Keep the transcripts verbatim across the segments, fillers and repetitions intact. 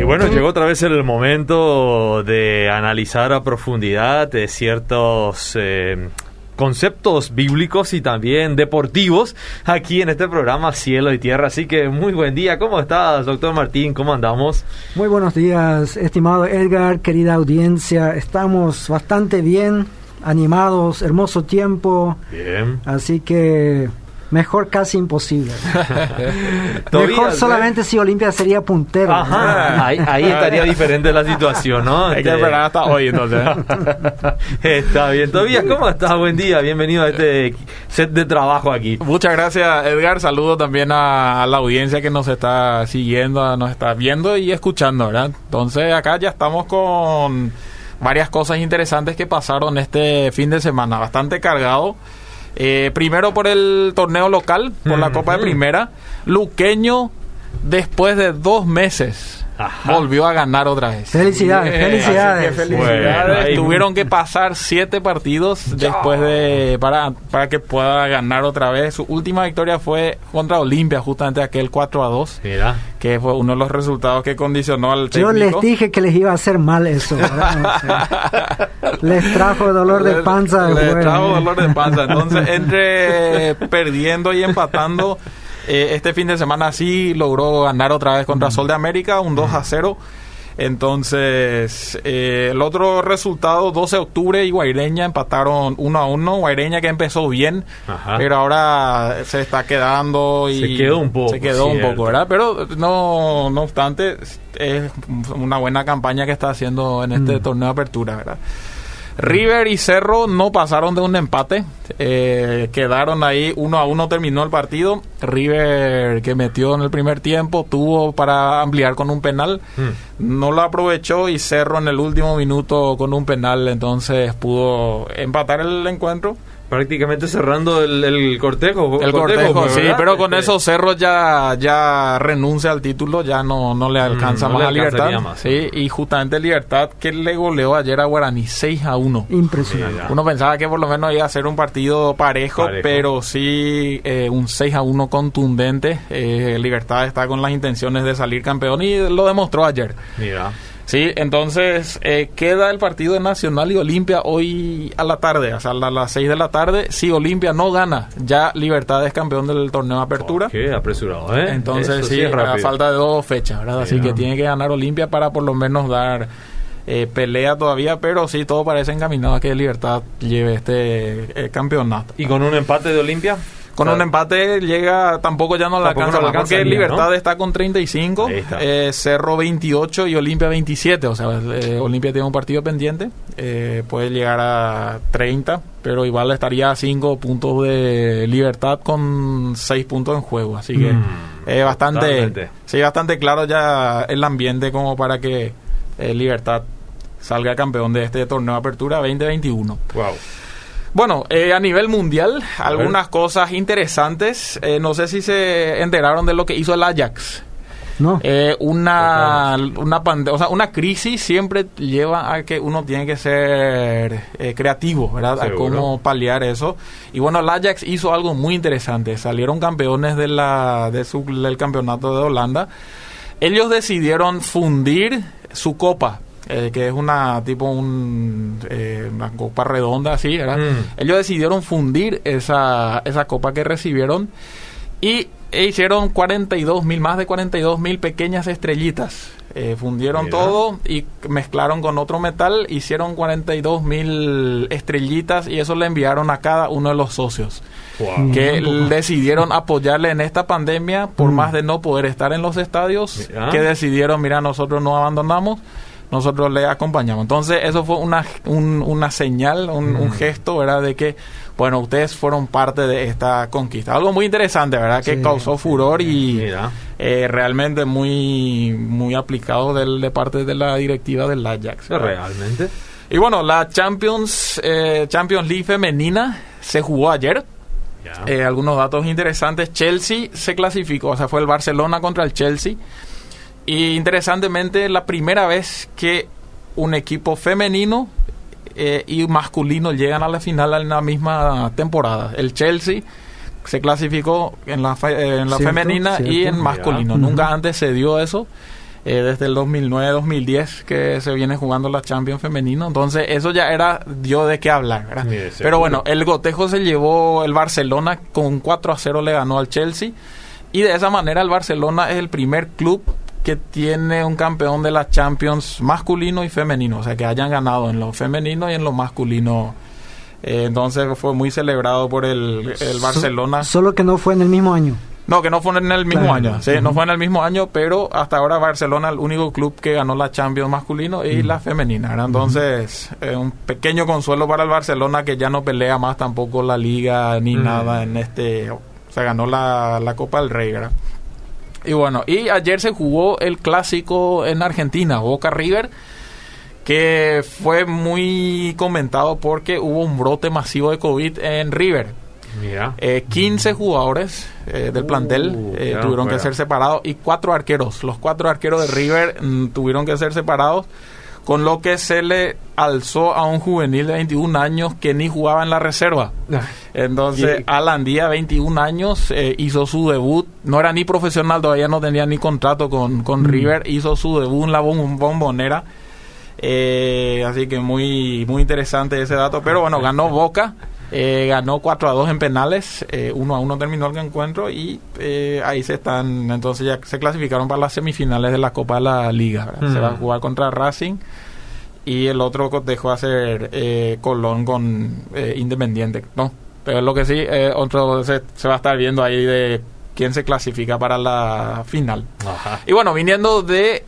Y bueno, llegó otra vez el momento de analizar a profundidad de ciertos eh, conceptos bíblicos y también deportivos aquí en este programa Cielo y Tierra. Así que muy buen día. ¿Cómo estás, doctor Martín? ¿Cómo andamos? Muy buenos días, estimado Edgar, querida audiencia. Estamos bastante bien, animados, hermoso tiempo. Bien. Así que mejor casi imposible. Mejor solamente ¿eh? Si Olimpia sería puntero. Ajá, ahí, ahí estaría diferente la situación, ¿no? Hay que esperar hasta hoy, entonces. Está bien. Tobías, ¿cómo estás? Buen día, bienvenido a este set de trabajo aquí. Muchas gracias, Edgar. Saludo también a, a la audiencia que nos está siguiendo, nos está viendo y escuchando, ¿verdad? Entonces, acá ya estamos con varias cosas interesantes que pasaron este fin de semana, bastante cargado. Eh, primero por el torneo local, por mm-hmm. la Copa de Primera. Luqueño, después de dos meses, Ajá. volvió a ganar otra vez. Felicidades, eh, felicidades. felicidades. Bueno, Tuvieron que pasar siete partidos después de para, para que pueda ganar otra vez. Su última victoria fue contra Olimpia, justamente aquel cuatro a dos. Mira. Que fue uno de los resultados que condicionó al técnico. Yo les dije que les iba a hacer mal eso, ¿verdad? No sé. Les trajo dolor de panza. Les, les trajo dolor de panza. Entonces, entre perdiendo y empatando, eh, este fin de semana sí logró ganar otra vez contra Sol de América, un dos a cero. Entonces, eh, el otro resultado, doce de octubre y Guaireña empataron uno a uno. Guaireña que empezó bien, Ajá. pero ahora se está quedando y se quedó un poco, se quedó un poco, ¿verdad? Pero no, no obstante, es una buena campaña que está haciendo en este mm. torneo de apertura, ¿verdad? River y Cerro no pasaron de un empate, eh, quedaron ahí uno a uno, terminó el partido. River, que metió en el primer tiempo, tuvo para ampliar con un penal, mm. no lo aprovechó, y Cerro en el último minuto con un penal, entonces pudo empatar el encuentro. Prácticamente cerrando el, el cortejo. El cortejo, cortejo sí, pero con este... eso Cerro ya, ya renuncia al título, ya no, no le alcanza mm, no más le a Libertad. Más. Sí, y justamente Libertad que le goleó ayer a Guaraní seis a uno. Impresionante. Sí, uno pensaba que por lo menos iba a ser un partido parejo, parejo. pero sí eh, un seis a uno contundente. Eh, Libertad está con las intenciones de salir campeón y lo demostró ayer. Mira. Sí, entonces eh, queda el partido de Nacional y Olimpia hoy a la tarde, o sea, a las seis de la tarde. Si Olimpia no gana, ya Libertad es campeón del torneo de apertura. Oh, qué apresurado, ¿eh? Entonces Eso sí, sí a falta de dos fechas, ¿verdad? Así sí, que no. tiene que ganar Olimpia para por lo menos dar eh, pelea todavía, pero sí, todo parece encaminado a que Libertad lleve este eh, campeonato. ¿Y con un empate de Olimpia? Con un empate llega, tampoco ya no la alcanza, no porque Libertad, ¿no? Está con treinta y cinco, eh, Cerro veintiocho y Olimpia veintisiete, o sea, eh, Olimpia tiene un partido pendiente, eh, puede llegar a treinta, pero igual estaría a cinco puntos de Libertad con seis puntos en juego, así que mm, eh, bastante, sí, bastante claro ya el ambiente como para que eh, Libertad salga campeón de este torneo de apertura veinte veintiuno. Wow. Bueno, eh, a nivel mundial, a algunas ver. cosas interesantes. Eh, no sé si se enteraron de lo que hizo el Ajax. No. Eh, una, una, pande- o sea, una crisis siempre lleva a que uno tiene que ser eh, creativo, ¿verdad? ¿Seguro? A cómo paliar eso. Y bueno, el Ajax hizo algo muy interesante. Salieron campeones de la, de su, del campeonato de Holanda. Ellos decidieron fundir su copa. Eh, que es una tipo un eh, una copa redonda así, ¿verdad? Mm. Ellos decidieron fundir esa esa copa que recibieron y e hicieron cuarenta y dos mil, más de cuarenta y dos mil pequeñas estrellitas. Eh, fundieron Mira. todo y mezclaron con otro metal, hicieron cuarenta y dos mil estrellitas y eso le enviaron a cada uno de los socios. Wow. Que mm. decidieron apoyarle en esta pandemia por mm. más de no poder estar en los estadios, Mira. que decidieron, mira, nosotros no abandonamos, nosotros le acompañamos. Entonces eso fue una un, una señal, un, mm. un gesto, ¿verdad? De que, bueno, ustedes fueron parte de esta conquista. Algo muy interesante, ¿verdad? Que sí, causó furor y eh, realmente muy muy aplicado del, de parte de la directiva del Ajax, ¿verdad? Realmente. Y bueno, la Champions eh, Champions League femenina se jugó ayer. Eh, algunos datos interesantes. Chelsea se clasificó, o sea, fue el Barcelona contra el Chelsea. Y interesantemente, la primera vez que un equipo femenino eh, y masculino llegan a la final en la misma temporada. El Chelsea se clasificó en la, fe, eh, en la cierto, femenina cierto, y en masculino. Ya. Nunca antes se dio eso. eh, desde el dos mil nueve dos mil diez que se viene jugando la Champions femenino. Entonces eso ya era, dio de qué hablar, ¿verdad? Sí, pero bueno, el gotejo se llevó el Barcelona, con cuatro a cero le ganó al Chelsea, y de esa manera el Barcelona es el primer club que tiene un campeón de la Champions masculino y femenino, o sea que hayan ganado en lo femenino y en lo masculino. Eh, entonces fue muy celebrado por el, el Barcelona. So, solo que no fue en el mismo año. No, que no fue en el mismo claro. año, sí, uh-huh. no fue en el mismo año, pero hasta ahora Barcelona es el único club que ganó la Champions masculino y uh-huh. la femenina, ¿verdad? Entonces, uh-huh. eh, un pequeño consuelo para el Barcelona, que ya no pelea más tampoco la Liga ni uh-huh. nada en este, o sea, ganó la, la Copa del Rey, ¿verdad? Y bueno, y ayer se jugó el clásico en Argentina, Boca River, que fue muy comentado porque hubo un brote masivo de COVID en River. Mira. Eh, quince jugadores eh, del uh, plantel eh, tuvieron fuera. que ser separados, y cuatro arqueros. Los cuatro arqueros de River mm, tuvieron que ser separados, con lo que se le alzó a un juvenil de veintiún años que ni jugaba en la reserva. Entonces, yeah. Alan Díaz, veintiún años, eh, hizo su debut. No era ni profesional, todavía no tenía ni contrato con, con mm. River. Hizo su debut en la bom- bombonera. Eh, así que muy, muy interesante ese dato. Pero bueno, ganó Boca. Eh, ganó cuatro a dos en penales, eh, uno a uno terminó el encuentro, y eh, ahí se están, entonces ya se clasificaron para las semifinales de la Copa de la Liga, ¿verdad? Mm. Se va a jugar contra Racing, y el otro cotejo va a ser eh, Colón con eh, Independiente, no, pero lo que sí, eh, otro se, se va a estar viendo ahí de quién se clasifica para la final. Ajá. Y bueno, viniendo de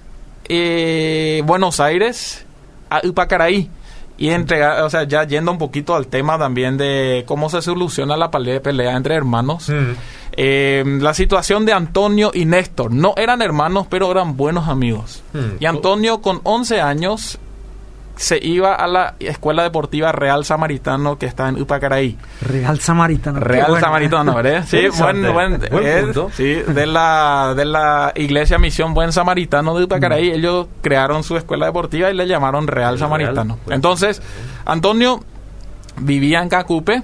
eh, Buenos Aires a Upacaraí, y entregar, o sea, ya yendo un poquito al tema también de cómo se soluciona la pelea entre hermanos. Mm. Eh, la situación de Antonio y Néstor. No eran hermanos, pero eran buenos amigos. Mm. Y Antonio, con once años, se iba a la escuela deportiva Real Samaritano, que está en Upacaraí. Real Samaritano. Real bueno. Samaritano, ¿verdad? Sí, buen, buen, buen es, punto. Sí, de la, de la Iglesia Misión Buen Samaritano de Upacaraí. Mm. Ellos crearon su escuela deportiva y le llamaron Real El Samaritano. Real. Entonces, Antonio vivía en Cacupe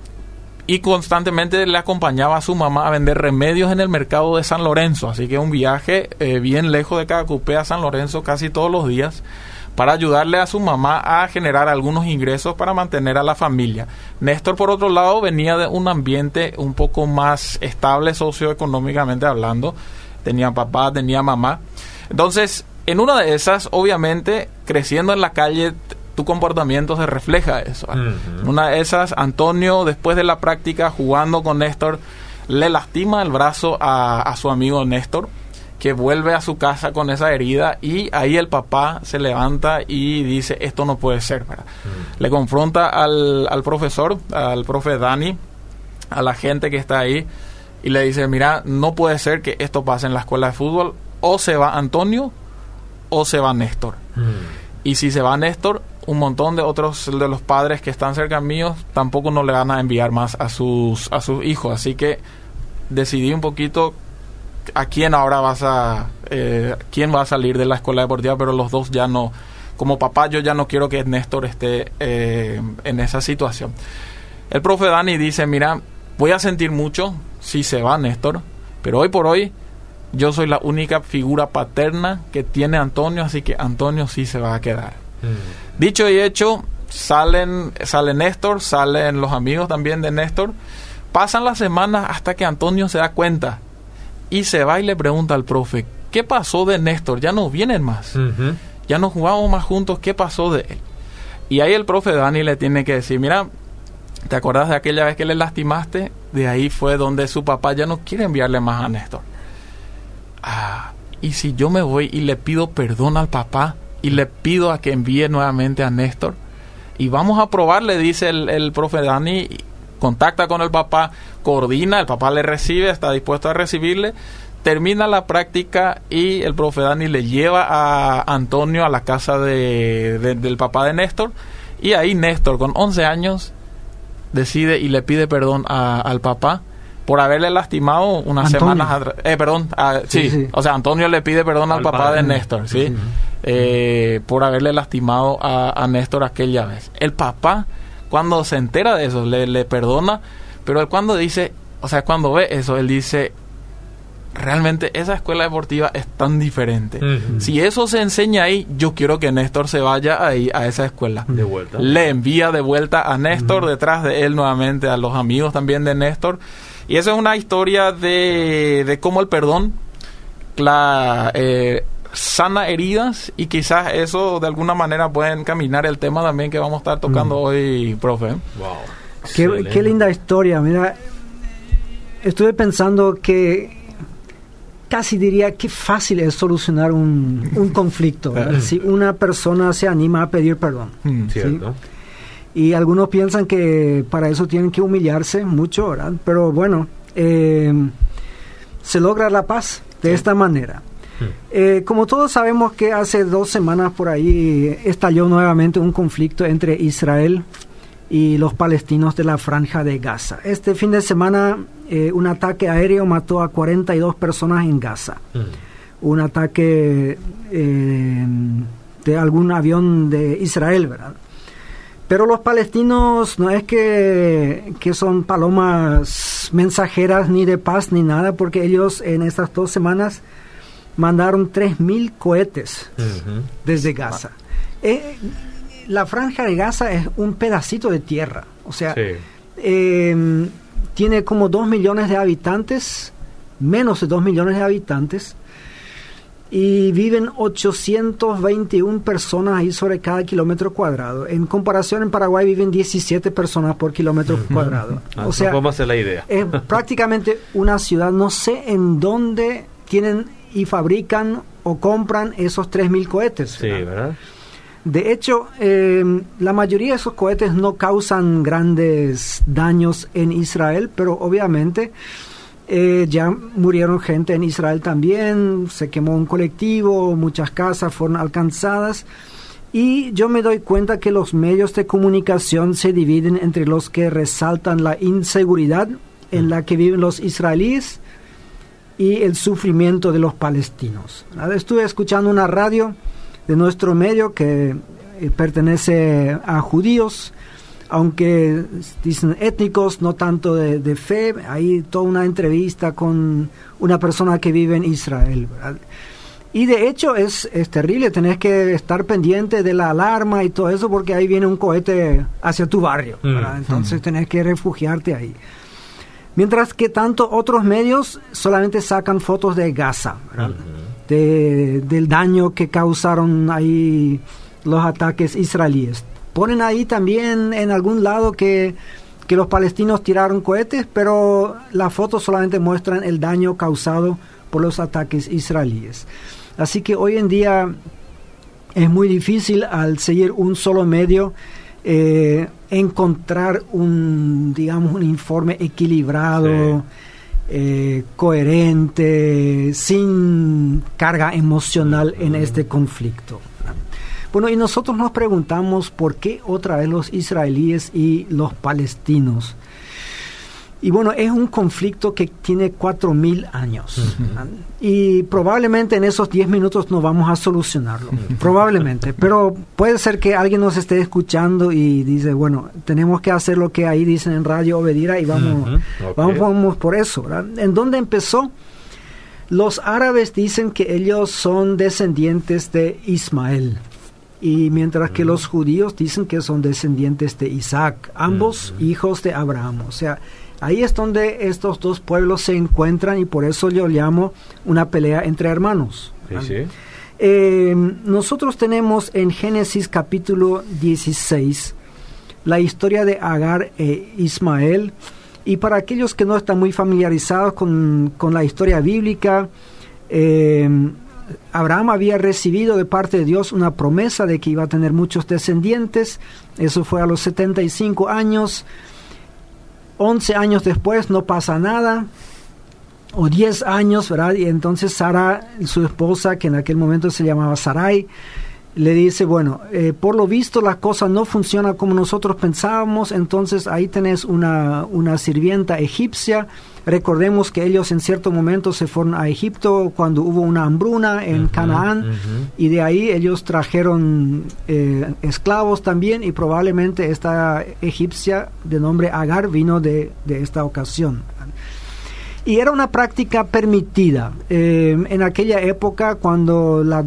y constantemente le acompañaba a su mamá a vender remedios en el mercado de San Lorenzo. Así que un viaje eh, bien lejos de Cacupe a San Lorenzo casi todos los días, para ayudarle a su mamá a generar algunos ingresos para mantener a la familia. Néstor, por otro lado, venía de un ambiente un poco más estable socioeconómicamente hablando. Tenía papá, tenía mamá. Entonces, en una de esas, obviamente, creciendo en la calle, tu comportamiento se refleja eso. Uh-huh. En una de esas, Antonio, después de la práctica, jugando con Néstor, le lastima el brazo a, a su amigo Néstor, que vuelve a su casa con esa herida, y ahí el papá se levanta y dice, esto no puede ser, ¿verdad? Mm. Le confronta al, al profesor, al profe Dani, a la gente que está ahí, y le dice, mira, no puede ser que esto pase en la escuela de fútbol, o se va Antonio o se va Néstor. Mm. Y si se va Néstor, un montón de otros de los padres que están cerca míos tampoco no le van a enviar más a sus, a sus hijos. Así que decidí un poquito a quién ahora vas a eh, quién va a salir de la escuela deportiva, pero los dos ya no. Como papá, yo ya no quiero que Néstor esté eh, en esa situación. El profe Dani dice, mira, voy a sentir mucho si se va Néstor, pero hoy por hoy yo soy la única figura paterna que tiene Antonio, así que Antonio sí se va a quedar. Mm. Dicho y hecho, salen sale Néstor, salen los amigos también de Néstor. Pasan las semanas hasta que Antonio se da cuenta y se va y le pregunta al profe, ¿qué pasó de Néstor? Ya no vienen más. Uh-huh. Ya no jugamos más juntos, ¿qué pasó de él? Y ahí el profe Dani le tiene que decir, mira, ¿te acordás de aquella vez que le lastimaste? De ahí fue donde su papá ya no quiere enviarle más a Néstor. Ah, y si yo me voy y le pido perdón al papá y le pido a que envíe nuevamente a Néstor, y vamos a probar, le dice el, el profe Dani, contacta con el papá, coordina, el papá le recibe, está dispuesto a recibirle, termina la práctica y el profe Dani le lleva a Antonio a la casa de, de, del papá de Néstor, y ahí Néstor, con once años, decide y le pide perdón a, al papá por haberle lastimado unas Antonio. semanas atrás. Eh, perdón, a, sí, sí, sí, o sea, Antonio le pide perdón al, al papá padre. de Néstor, ¿sí? Sí, sí. Eh, por haberle lastimado a, a Néstor aquella vez. El papá, cuando se entera de eso, le, le perdona, pero él cuando dice, o sea, cuando ve eso, él dice, realmente esa escuela deportiva es tan diferente. Uh-huh. Si eso se enseña ahí, yo quiero que Néstor se vaya ahí a esa escuela. De vuelta. Le envía de vuelta a Néstor, uh-huh. detrás de él nuevamente, a los amigos también de Néstor. Y esa es una historia de, de cómo el perdón la, eh, sana heridas, y quizás eso de alguna manera puede encaminar el tema también que vamos a estar tocando uh-huh. hoy, profe. Wow. Qué, qué linda historia. Mira, estuve pensando que casi diría que fácil es solucionar un, un conflicto, ¿verdad? Si una persona se anima a pedir perdón. Mm, cierto. ¿Sí? Y algunos piensan que para eso tienen que humillarse mucho, ¿verdad? Pero bueno, eh, se logra la paz de sí. esta manera. Mm. Eh, como todos sabemos que hace dos semanas por ahí estalló nuevamente un conflicto entre Israel y los palestinos de la Franja de Gaza. Este fin de semana eh, un ataque aéreo mató a cuarenta y dos personas en Gaza. Mm. Un ataque eh, de algún avión de Israel, ¿verdad? Pero los palestinos no es que, que son palomas mensajeras ni de paz ni nada, porque ellos en estas dos semanas mandaron tres mil cohetes uh-huh. desde Gaza. Eh, La Franja de Gaza es un pedacito de tierra, o sea, sí. eh, tiene como dos millones de habitantes, menos de dos millones de habitantes, y viven ochocientas veintiuna personas ahí sobre cada kilómetro cuadrado. En comparación, en Paraguay viven diecisiete personas por kilómetro cuadrado. Ah, o sea, no podemos hacer la idea. Es prácticamente una ciudad. No sé en dónde tienen y fabrican o compran esos tres mil cohetes. ¿verdad? Sí, ¿verdad? De hecho, eh, la mayoría de esos cohetes no causan grandes daños en Israel, pero obviamente eh, ya murieron gente en Israel también, se quemó un colectivo, muchas casas fueron alcanzadas, y yo me doy cuenta que los medios de comunicación se dividen entre los que resaltan la inseguridad en la que viven los israelíes y el sufrimiento de los palestinos. Estuve escuchando una radio de nuestro medio que eh, pertenece a judíos, aunque dicen étnicos, no tanto de, de fe. Hay toda una entrevista con una persona que vive en Israel, ¿verdad? Y de hecho es, es terrible, tenés que estar pendiente de la alarma y todo eso, porque ahí viene un cohete hacia tu barrio, ¿verdad? Mm. Entonces mm. tenés que refugiarte ahí. Mientras que tanto otros medios solamente sacan fotos de Gaza, ¿verdad? Mm. De, del daño que causaron ahí los ataques israelíes. Ponen ahí también en algún lado que, que los palestinos tiraron cohetes, pero las fotos solamente muestran el daño causado por los ataques israelíes. Así que hoy en día es muy difícil, al seguir un solo medio, eh, encontrar un, digamos, un informe equilibrado, sí. Eh, coherente, sin carga emocional en este conflicto. Bueno, y nosotros nos preguntamos por qué otra vez los israelíes y los palestinos. Y bueno, es un conflicto que tiene cuatro mil años. Uh-huh. Y probablemente en esos diez minutos no vamos a solucionarlo. Uh-huh. Probablemente. Pero puede ser que alguien nos esté escuchando y dice, bueno, tenemos que hacer lo que ahí dicen en Radio Obedira y vamos, uh-huh. okay. vamos, vamos por eso, ¿verdad? ¿En dónde empezó? Los árabes dicen que ellos son descendientes de Ismael. Y mientras que uh-huh. los judíos dicen que son descendientes de Isaac. Ambos uh-huh. hijos de Abraham. O sea, ahí es donde estos dos pueblos se encuentran, y por eso yo llamo una pelea entre hermanos. Sí, sí. Eh, nosotros tenemos en Génesis capítulo dieciséis la historia de Agar e Ismael, y para aquellos que no están muy familiarizados con, con la historia bíblica, eh, Abraham había recibido de parte de Dios una promesa de que iba a tener muchos descendientes. Eso fue a los setenta y cinco años. once años después no pasa nada, o diez años, ¿verdad? Y entonces Sara, su esposa, que en aquel momento se llamaba Sarai, le dice, bueno, eh, por lo visto la cosa no funciona como nosotros pensábamos, entonces ahí tenés una, una sirvienta egipcia. Recordemos que ellos en cierto momento se fueron a Egipto cuando hubo una hambruna en uh-huh, Canaán, uh-huh. y de ahí ellos trajeron eh, esclavos también, y probablemente esta egipcia de nombre Agar vino de, de esta ocasión. Y era una práctica permitida. Eh, en aquella época, cuando la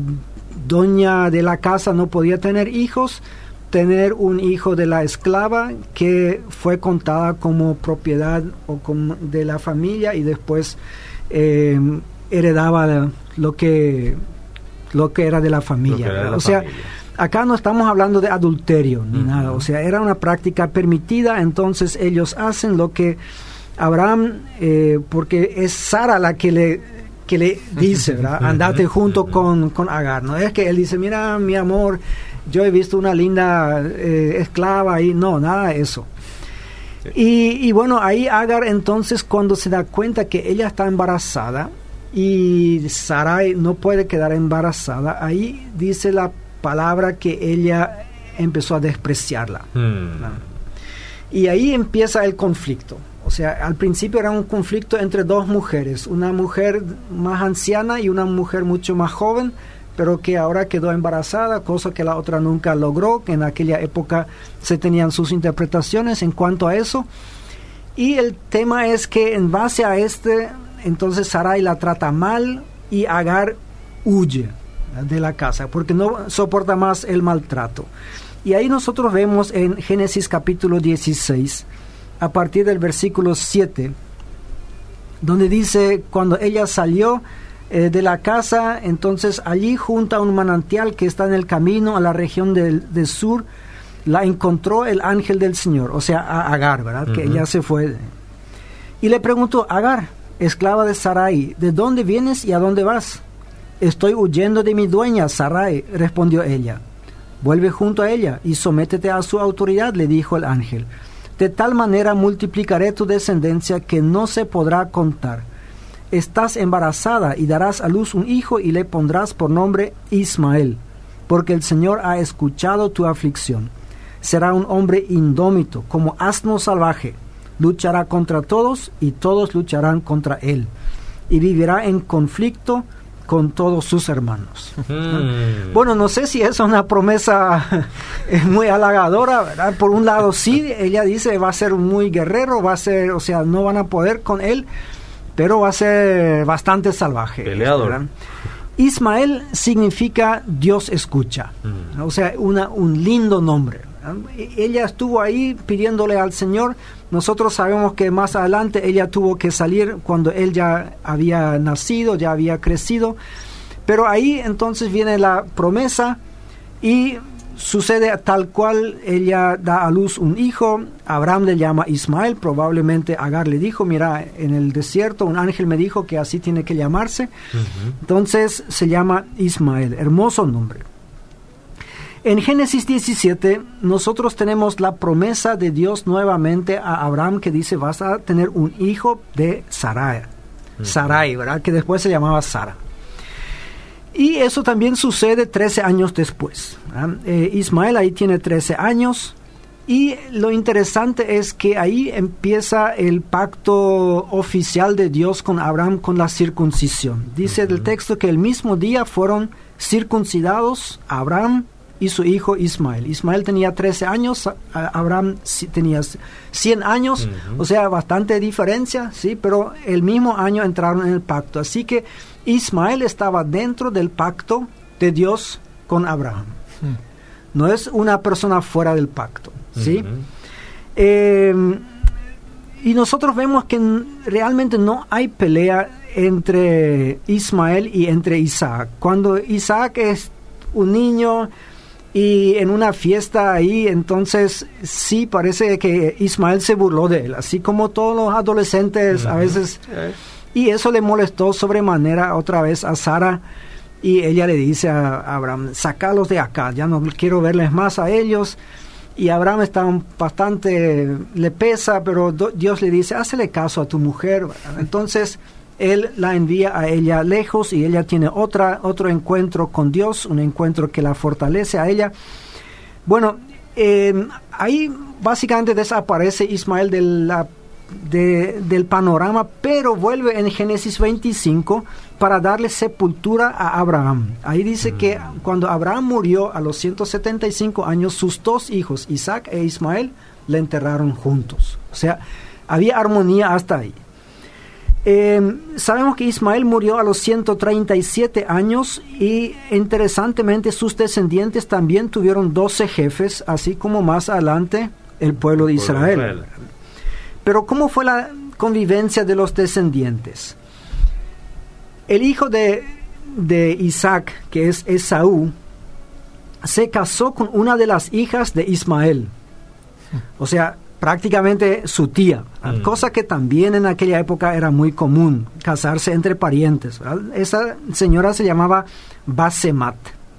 doña de la casa no podía tener hijos, tener un hijo de la esclava que fue contada como propiedad o como de la familia y después eh, heredaba lo que, lo que era de la familia. De la o familia. sea, acá no estamos hablando de adulterio ni uh-huh. nada. O sea, era una práctica permitida, entonces ellos hacen lo que Abraham, eh, porque es Sara la que le, que le dice, ¿verdad? Andate junto con, con Agar. No es que él dice, mira, mi amor, yo he visto una linda eh, esclava ahí. No, nada de eso. Sí. Y, y bueno, ahí Agar entonces cuando se da cuenta que ella está embarazada y Sarai no puede quedar embarazada, ahí dice la palabra que ella empezó a despreciarla. Hmm. ¿no? Y ahí empieza el conflicto. O sea, al principio era un conflicto entre dos mujeres, una mujer más anciana y una mujer mucho más joven, pero que ahora quedó embarazada, cosa que la otra nunca logró, que en aquella época se tenían sus interpretaciones en cuanto a eso. Y el tema es que en base a este, entonces Sarai la trata mal y Agar huye de la casa, porque no soporta más el maltrato. Y ahí nosotros vemos en Génesis capítulo dieciséis, a partir del versículo siete, donde dice, cuando ella salió eh, de la casa, entonces allí junto a un manantial que está en el camino a la región del, del sur, la encontró el ángel del Señor, o sea, a Agar, ¿verdad? Uh-huh. Que ella se fue. Y le preguntó, Agar, esclava de Sarai, ¿de dónde vienes y a dónde vas? Estoy huyendo de mi dueña, Sarai, respondió ella. Vuelve junto a ella y sométete a su autoridad, le dijo el ángel. De tal manera multiplicaré tu descendencia que no se podrá contar. Estás embarazada y darás a luz un hijo y le pondrás por nombre Ismael, porque el Señor ha escuchado tu aflicción. Será un hombre indómito, como asno salvaje. Luchará contra todos y todos lucharán contra él. Y vivirá en conflicto con todos sus hermanos. Mm. Bueno, no sé si es una promesa muy halagadora, ¿verdad? Por un lado sí, ella dice va a ser muy guerrero, va a ser, o sea, no van a poder con él, pero va a ser bastante salvaje. Peleador. ¿verdad? Ismael significa Dios escucha, mm. o sea, una, un lindo nombre. Ella estuvo ahí pidiéndole al Señor. Nosotros sabemos que más adelante ella tuvo que salir cuando él ya había nacido, ya había crecido. Pero ahí entonces viene la promesa y sucede tal cual. Ella da a luz un hijo. Abraham le llama Ismael. Probablemente Agar le dijo, mira, en el desierto un ángel me dijo que así tiene que llamarse. Uh-huh. Entonces se llama Ismael. Hermoso nombre. En Génesis diecisiete, nosotros tenemos la promesa de Dios nuevamente a Abraham que dice, vas a tener un hijo de Sarai, uh-huh. Sarai, ¿verdad? Que después se llamaba Sara. Y eso también sucede trece años después. Eh, Ismael ahí tiene trece años y lo interesante es que ahí empieza el pacto oficial de Dios con Abraham con la circuncisión. Dice uh-huh. el texto que el mismo día fueron circuncidados Abraham y su hijo Ismael. Ismael tenía trece años, Abraham tenía cien años, uh-huh. o sea, bastante diferencia, sí, pero el mismo año entraron en el pacto. Así que Ismael estaba dentro del pacto de Dios con Abraham. Uh-huh. No es una persona fuera del pacto, ¿sí? Uh-huh. Eh, y nosotros vemos que realmente no hay pelea entre Ismael y entre Isaac. Cuando Isaac es un niño y en una fiesta ahí, entonces sí parece que Ismael se burló de él, así como todos los adolescentes uh-huh. a veces, y eso le molestó sobremanera otra vez a Sara, y ella le dice a Abraham, sácalos de acá, ya no quiero verles más a ellos. Y Abraham está bastante, le pesa, pero Dios le dice, hazle caso a tu mujer. Entonces él la envía a ella lejos y ella tiene otra, otro encuentro con Dios, un encuentro que la fortalece a ella. Bueno, eh, ahí básicamente desaparece Ismael de la, de, del panorama, pero vuelve en Génesis veinticinco para darle sepultura a Abraham. Ahí dice mm. que cuando Abraham murió a los ciento setenta y cinco años, sus dos hijos, Isaac e Ismael, le enterraron juntos. O sea, había armonía hasta ahí. Eh, sabemos que Ismael murió a los ciento treinta y siete años y interesantemente sus descendientes también tuvieron doce jefes, así como más adelante el pueblo de Israel. Israel. Pero ¿cómo fue la convivencia de los descendientes? El hijo de, de Isaac, que es Esaú, se casó con una de las hijas de Ismael. O sea, prácticamente su tía, mm. cosa que también en aquella época era muy común, casarse entre parientes, ¿verdad? Esa señora se llamaba Basemat.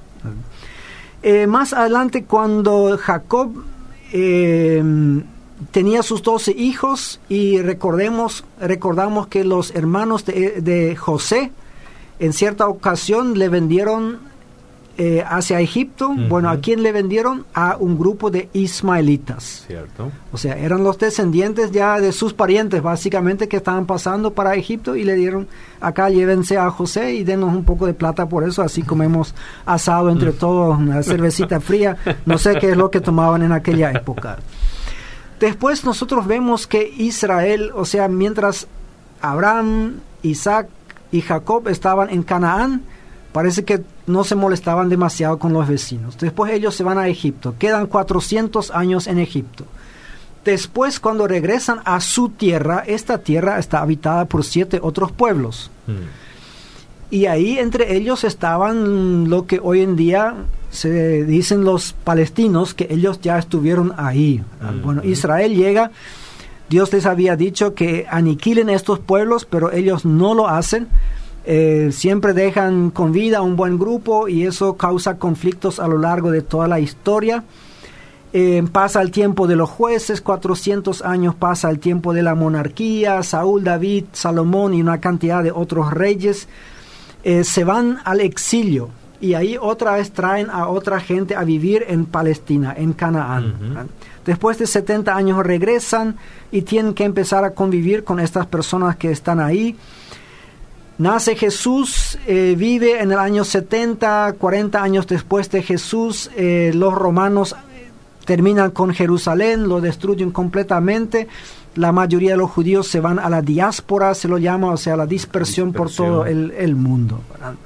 Eh, más adelante, cuando Jacob eh, tenía sus doce hijos, y recordemos, recordamos que los hermanos de, de José, en cierta ocasión le vendieron Eh, hacia Egipto. Uh-huh. Bueno, ¿a quién le vendieron? A un grupo de ismaelitas. Cierto. O sea, eran los descendientes ya de sus parientes, básicamente, que estaban pasando para Egipto, y le dieron, acá llévense a José y denos un poco de plata por eso, así comemos asado entre todos, una cervecita fría. No sé qué es lo que tomaban en aquella época. Después nosotros vemos que Israel, o sea, mientras Abraham, Isaac y Jacob estaban en Canaán, parece que no se molestaban demasiado con los vecinos. Después ellos se van a Egipto. Quedan cuatrocientos años en Egipto. Después, cuando regresan a su tierra, esta tierra está habitada por siete otros pueblos. Mm. Y ahí entre ellos estaban lo que hoy en día se dicen los palestinos, que ellos ya estuvieron ahí. Mm. Bueno, Israel llega. Dios les había dicho que aniquilen estos pueblos, pero ellos no lo hacen. Eh, siempre dejan con vida un buen grupo, y eso causa conflictos a lo largo de toda la historia. Eh, pasa el tiempo de los jueces, cuatrocientos años, pasa el tiempo de la monarquía, Saúl, David, Salomón y una cantidad de otros reyes. Eh, se van al exilio, y ahí otra vez traen a otra gente a vivir en Palestina, en Canaán. Uh-huh. Después de setenta años regresan y tienen que empezar a convivir con estas personas que están ahí. Nace Jesús, eh, vive en el año setenta, cuarenta años después de Jesús. Eh, los romanos terminan con Jerusalén, lo destruyen completamente. La mayoría de los judíos se van a la diáspora, se lo llama, o sea, la dispersión, dispersión. por todo el, el mundo.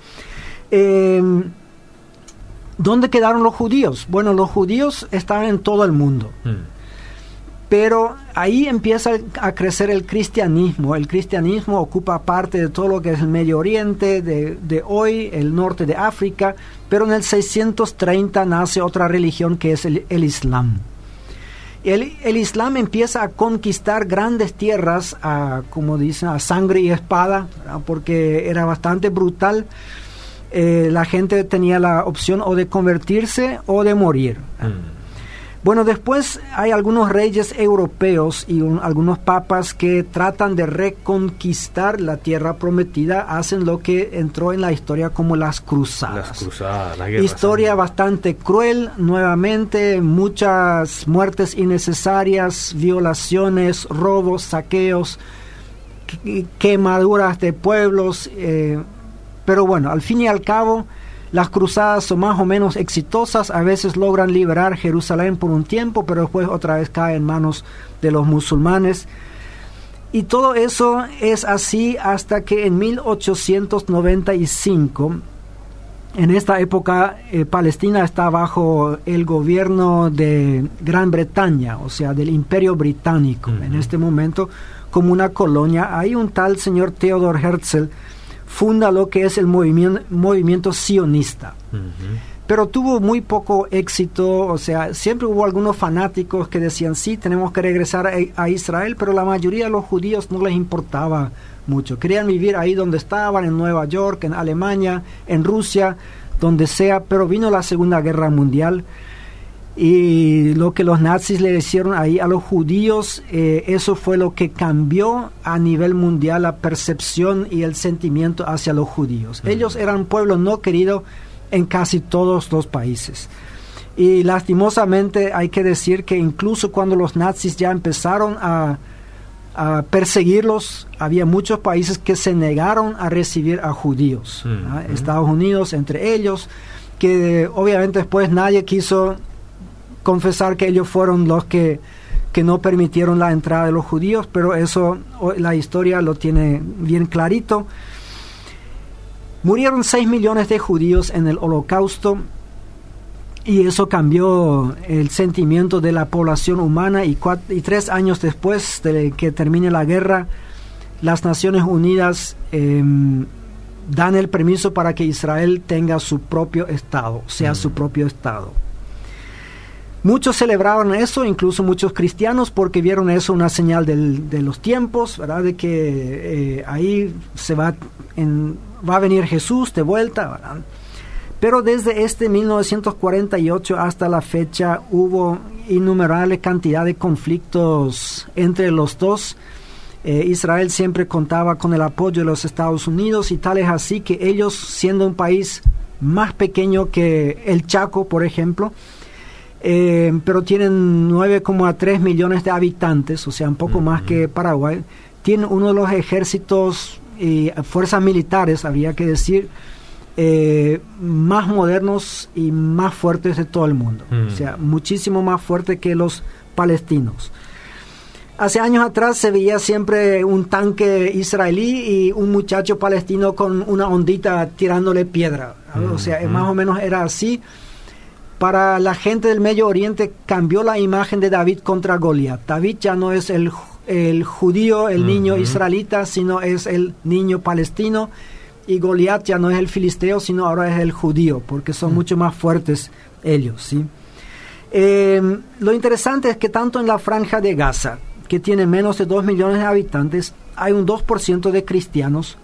Eh, ¿Dónde quedaron los judíos? Bueno, los judíos estaban en todo el mundo. Hmm. Pero ahí empieza a crecer el cristianismo. El cristianismo ocupa parte de todo lo que es el Medio Oriente, de, de hoy, el norte de África, pero en el seiscientos treinta nace otra religión, que es el, el Islam. El, el Islam empieza a conquistar grandes tierras, a, como dicen, a sangre y espada, ¿verdad? Porque era bastante brutal. Eh, la gente tenía la opción o de convertirse o de morir. Mm. Bueno, después hay algunos reyes europeos y un, algunos papas que tratan de reconquistar la tierra prometida, hacen lo que entró en la historia como las cruzadas. Las cruzadas, la guerra. Historia santa. Bastante cruel, nuevamente, muchas muertes innecesarias, violaciones, robos, saqueos, qu- quemaduras de pueblos, eh, pero bueno, al fin y al cabo, las cruzadas son más o menos exitosas. A veces logran liberar Jerusalén por un tiempo, pero después otra vez cae en manos de los musulmanes. Y todo eso es así hasta que en mil ochocientos noventa y cinco, en esta época, eh, Palestina está bajo el gobierno de Gran Bretaña, o sea, del Imperio Británico. Uh-huh. En este momento, como una colonia, hay un tal señor Theodor Herzl, funda lo que es el movimiento, movimiento sionista. Uh-huh. Pero tuvo muy poco éxito, o sea, siempre hubo algunos fanáticos que decían, sí, tenemos que regresar a, a Israel, pero la mayoría de los judíos no les importaba mucho. Querían vivir ahí donde estaban, en Nueva York, en Alemania, en Rusia, donde sea, pero vino la Segunda Guerra Mundial, y lo que los nazis le hicieron ahí a los judíos, eh, eso fue lo que cambió a nivel mundial la percepción y el sentimiento hacia los judíos. Uh-huh. Ellos eran un pueblo no querido en casi todos los países. Y lastimosamente hay que decir que incluso cuando los nazis ya empezaron a, a perseguirlos, había muchos países que se negaron a recibir a judíos. Uh-huh. Estados Unidos entre ellos, que obviamente después nadie quiso confesar que ellos fueron los que que no permitieron la entrada de los judíos, pero eso la historia lo tiene bien clarito. Murieron seis millones de judíos en el Holocausto, y eso cambió el sentimiento de la población humana, y, cuatro, y tres años después de que termine la guerra, las Naciones Unidas eh, dan el permiso para que Israel tenga su propio Estado, sea mm. su propio Estado. Muchos celebraron eso, incluso muchos cristianos, porque vieron eso una señal del, de los tiempos, ¿verdad? De que eh, ahí se va, en, va a venir Jesús de vuelta, ¿verdad? Pero desde este mil novecientos cuarenta y ocho hasta la fecha hubo innumerable cantidad de conflictos entre los dos. Eh, Israel siempre contaba con el apoyo de los Estados Unidos, y tal es así que ellos, siendo un país más pequeño que el Chaco, por ejemplo, eh, pero tienen nueve coma tres millones de habitantes, o sea, un poco mm-hmm. más que Paraguay, tienen uno de los ejércitos y fuerzas militares, habría que decir, eh, más modernos y más fuertes de todo el mundo, mm. o sea, muchísimo más fuerte que los palestinos. Hace años atrás se veía siempre un tanque israelí y un muchacho palestino con una ondita tirándole piedra. Mm-hmm. O sea, más o menos era así. Para la gente del Medio Oriente cambió la imagen de David contra Goliat. David ya no es el, el judío, el mm-hmm. niño israelita, sino es el niño palestino. Y Goliat ya no es el filisteo, sino ahora es el judío, porque son mm. mucho más fuertes ellos, ¿sí? Eh, lo interesante es que tanto en la Franja de Gaza, que tiene menos de dos millones de habitantes, hay un dos por ciento de cristianos.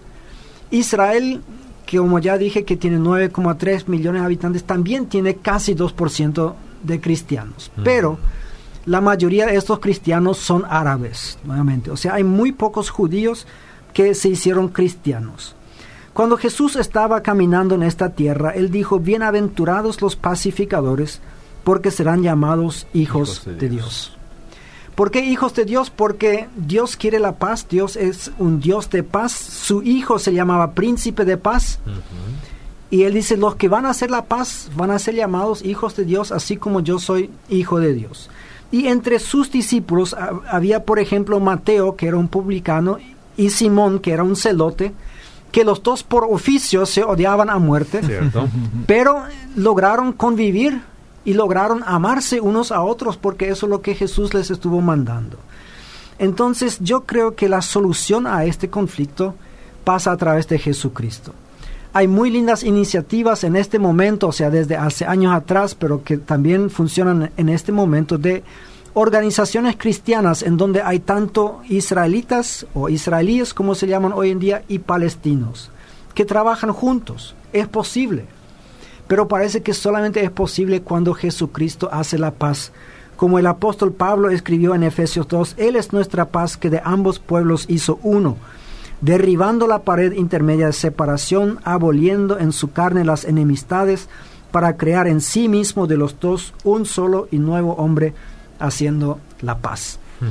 Israel, que como ya dije que tiene nueve coma tres millones de habitantes, también tiene casi dos por ciento de cristianos. Mm. Pero la mayoría de estos cristianos son árabes, nuevamente. O sea, hay muy pocos judíos que se hicieron cristianos. Cuando Jesús estaba caminando en esta tierra, Él dijo, bienaventurados los pacificadores, porque serán llamados hijos, hijos de, de Dios. Dios. ¿Por qué hijos de Dios? Porque Dios quiere la paz, Dios es un Dios de paz, su hijo se llamaba príncipe de paz, uh-huh. y Él dice, los que van a hacer la paz van a ser llamados hijos de Dios, así como yo soy hijo de Dios. Y entre sus discípulos había, por ejemplo, Mateo, que era un publicano, y Simón, que era un celote, que los dos por oficio se odiaban a muerte, ¿cierto? Pero lograron convivir y lograron amarse unos a otros, porque eso es lo que Jesús les estuvo mandando. Entonces yo creo que la solución a este conflicto pasa a través de Jesucristo. Hay muy lindas iniciativas en este momento, o sea, desde hace años atrás, pero que también funcionan en este momento, de organizaciones cristianas en donde hay tanto israelitas o israelíes, como se llaman hoy en día, y palestinos, que trabajan juntos. Es posible, pero parece que solamente es posible cuando Jesucristo hace la paz. Como el apóstol Pablo escribió en Efesios dos, Él es nuestra paz, que de ambos pueblos hizo uno, derribando la pared intermedia de separación, aboliendo en su carne las enemistades, para crear en sí mismo de los dos un solo y nuevo hombre, haciendo la paz. Uh-huh.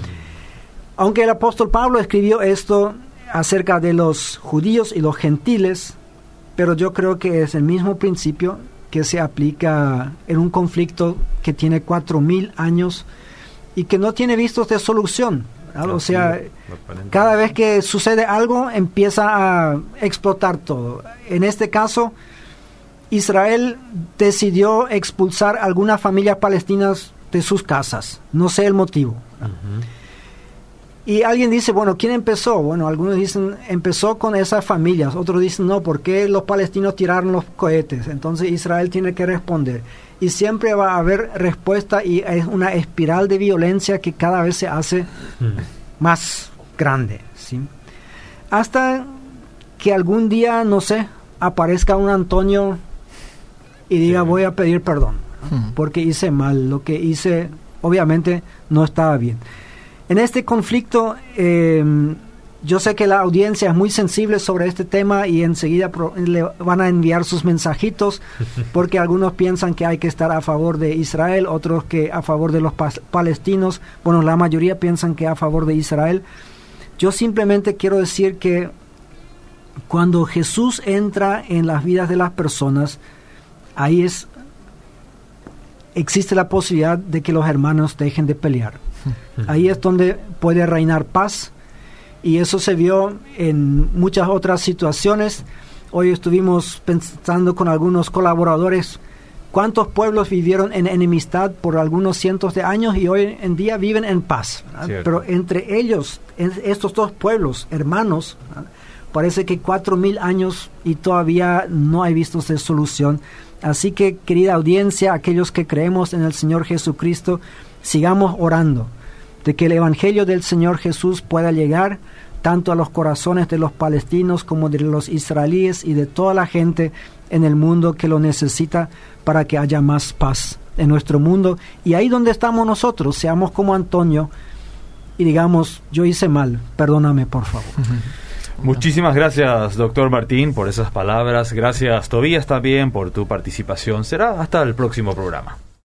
Aunque el apóstol Pablo escribió esto acerca de los judíos y los gentiles, pero yo creo que es el mismo principio que se aplica en un conflicto que tiene cuatro mil años y que no tiene vistos de solución. ¿verdad? O sea, cada vez que sucede algo empieza a explotar todo. En este caso, Israel decidió expulsar a algunas familias palestinas de sus casas. No sé el motivo. Uh-huh. Y alguien dice, bueno, ¿quién empezó? Bueno, algunos dicen, empezó con esas familias. Otros dicen, no, ¿por qué los palestinos tiraron los cohetes? Entonces Israel tiene que responder. Y siempre va a haber respuesta, y es una espiral de violencia que cada vez se hace uh-huh. más grande, ¿sí? Hasta que algún día, no sé, aparezca un Antonio y diga, sí. voy a pedir perdón. Porque hice mal, lo que hice obviamente no estaba bien. En este conflicto, eh, yo sé que la audiencia es muy sensible sobre este tema y enseguida pro, le van a enviar sus mensajitos, porque algunos piensan que hay que estar a favor de Israel, otros que a favor de los pas- palestinos, bueno, la mayoría piensan que a favor de Israel. Yo simplemente quiero decir que cuando Jesús entra en las vidas de las personas, ahí es existe la posibilidad de que los hermanos dejen de pelear. Ahí es donde puede reinar paz, y eso se vio en muchas otras situaciones. Hoy estuvimos pensando con algunos colaboradores cuántos pueblos vivieron en enemistad por algunos cientos de años y hoy en día viven en paz. Pero entre ellos, en estos dos pueblos hermanos, ¿verdad?, parece que cuatro mil años y todavía no hay vistos de solución. Así que, querida audiencia, aquellos que creemos en el Señor Jesucristo, sigamos orando de que el Evangelio del Señor Jesús pueda llegar tanto a los corazones de los palestinos como de los israelíes y de toda la gente en el mundo que lo necesita, para que haya más paz en nuestro mundo. Y ahí donde estamos nosotros, seamos como Antonio y digamos, yo hice mal, perdóname por favor. Uh-huh. Muchísimas gracias, doctor Martín, por esas palabras. Gracias, Tobías, también por tu participación. Será hasta el próximo programa.